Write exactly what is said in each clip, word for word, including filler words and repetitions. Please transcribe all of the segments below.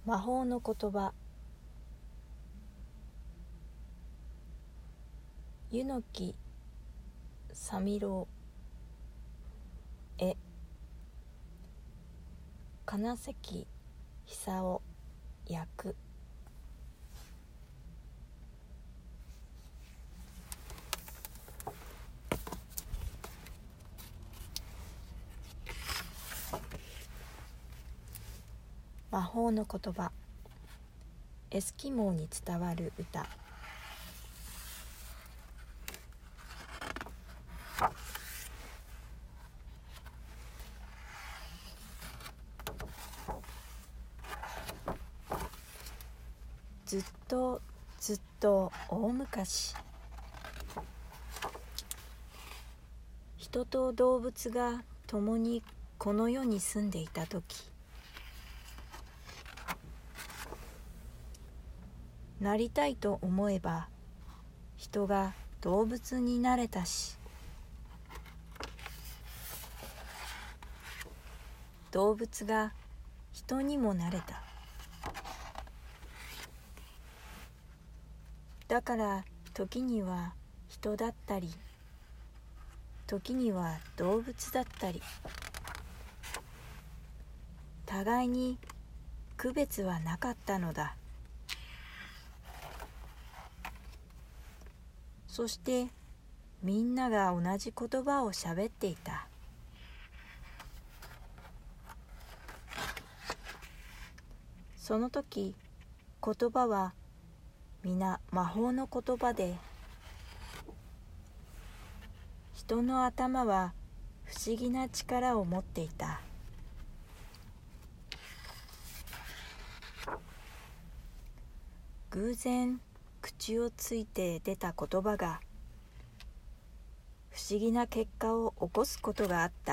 魔法の言葉。柚木三郎絵、金関久夫役。魔法の言葉。エスキモーに伝わる歌。ずっとずっと大昔、人と動物が共にこの世に住んでいたとき、なりたいと思えば人が動物になれたし、動物が人にもなれた。だから時には人だったり、時には動物だったり、互いに区別はなかったのだ。そしてみんなが同じ言葉をしゃべっていた。その時、言葉は皆魔法の言葉で、人の頭は不思議な力を持っていた。偶然口をついて出た言葉が不思議な結果を起こすことがあった。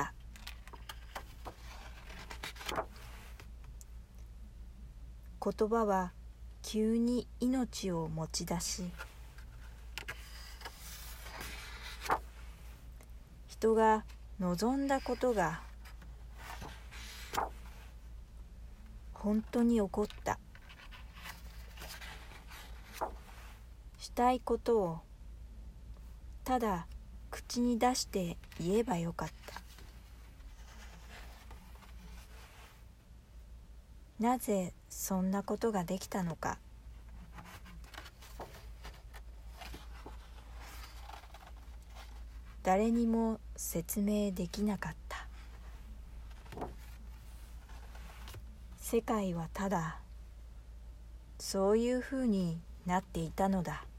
言葉は急に命を持ち出し、人が望んだことが本当に起こった。したいことをただ口に出して言えばよかった。なぜそんなことができたのか。誰にも説明できなかった。世界はただそういうふうになっていたのだ。